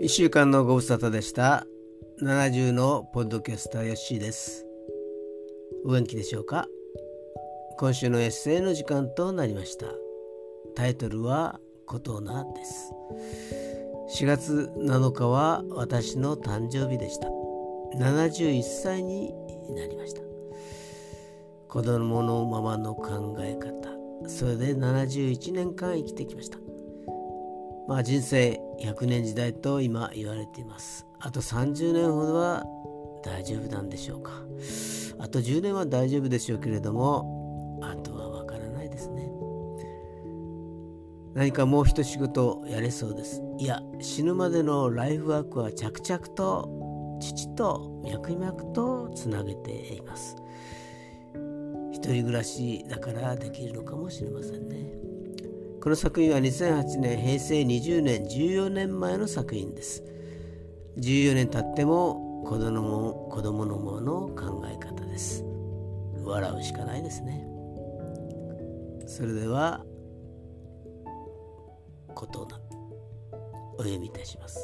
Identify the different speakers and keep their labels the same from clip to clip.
Speaker 1: 1週間のご無沙汰でした。70のポッドキャスターヨッシーです。お元気でしょうか。今週のエッセイの時間となりました。タイトルはことなです。4月7日は私の誕生日でした。71歳になりました。子供のままの考え方、それで71年間生きてきました。人生100年時代と今言われています。あと30年ほどは大丈夫なんでしょうか。あと10年は大丈夫でしょうけれども、あとはわからないですね。何かもう一仕事やれそうです。いや、死ぬまでのライフワークは着々と父と脈々とつなげています。一人暮らしだからできるのかもしれませんね。この作品は2008年、平成20年、14年前の作品です。14年経っても子供のもの考え方です。笑うしかないですね。それでは、ことな、お読みいたします。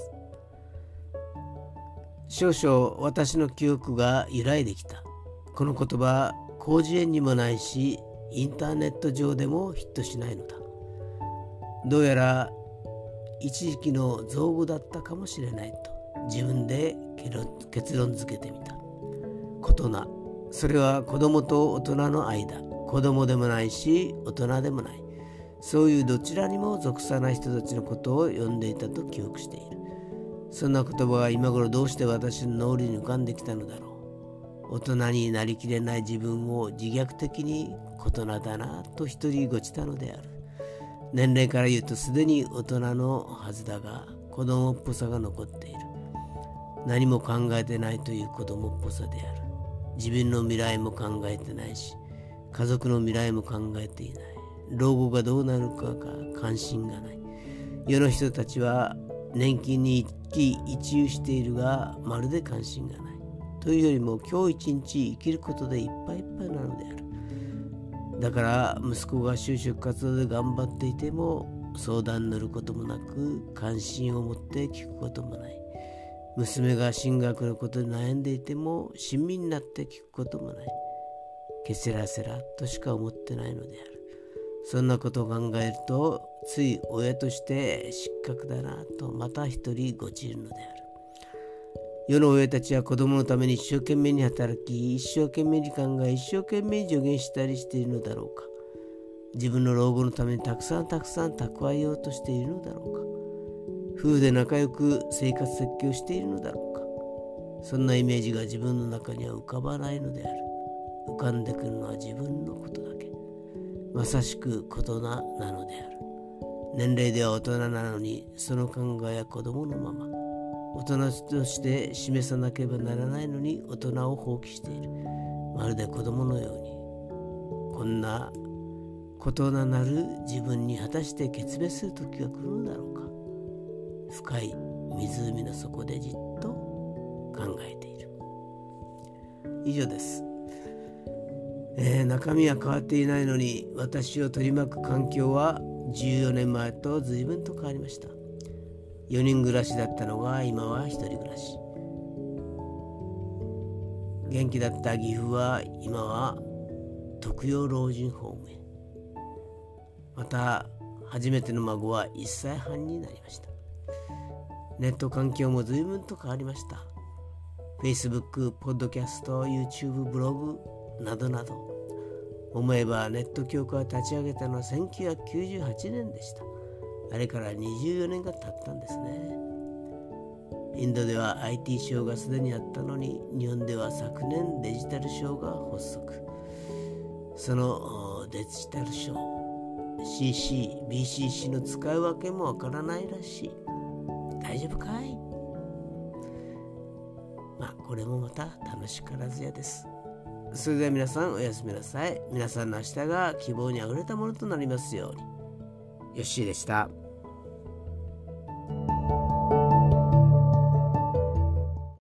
Speaker 1: 少々私の記憶が揺らいできた。この言葉、広辞苑にもないし、インターネット上でもヒットしないのだ。どうやら一時期の造語だったかもしれないと自分で結論付けてみた。ことな、それは子供と大人の間、子供でもないし大人でもない、そういうどちらにも属さない人たちのことを呼んでいたと記憶している。そんな言葉が今頃どうして私の脳裏に浮かんできたのだろう。大人になりきれない自分を自虐的にことなだなと独りごちたのである。年齢から言うとすでに大人のはずだが、子供っぽさが残っている。何も考えてないという子供っぽさである。自分の未来も考えてないし、家族の未来も考えていない。老後がどうなるかが関心がない。世の人たちは年金に一喜一憂しているが、まるで関心がない。というよりも今日一日生きることでいっぱいいっぱいなのである。だから息子が就職活動で頑張っていても相談に乗ることもなく、関心を持って聞くこともない。娘が進学のことで悩んでいても親身になって聞くこともない。けせらせらとしか思ってないのである。そんなことを考えると、つい親として失格だなとまた一人ごちるのである。世の親たちは子供のために一生懸命に働き、一生懸命に考え、一生懸命に助言したりしているのだろうか。自分の老後のためにたくさん蓄えようとしているのだろうか。夫婦で仲良く生活設計をしているのだろうか。そんなイメージが自分の中には浮かばないのである。浮かんでくるのは自分のことだけ。まさしくことなのである。年齢では大人なのに、その考えは子供のまま。大人として示さなければならないのに大人を放棄している。まるで子供のように。こんなことなる自分に果たして決別する時が来るのだろうか。深い湖の底でじっと考えている。以上です。中身は変わっていないのに、私を取り巻く環境は14年前と随分と変わりました。4人暮らしだったのが今は1人暮らし。元気だった義父は今は特養老人ホームへ。また初めての孫は1歳半になりました。ネット環境も随分と変わりました。Facebook、ポッドキャスト、YouTube、ブログなどなど。思えばネット協会を立ち上げたのは1998年でした。あれから24年が経ったんですね。インドでは IT 省がすでにあったのに、日本では昨年デジタル省が発足。そのデジタル省、CC、BCC の使い分けもわからないらしい。大丈夫かい？これもまた楽しからずやです。それでは皆さんおやすみなさい。皆さんの明日が希望にあふれたものとなりますように。よっしーでした。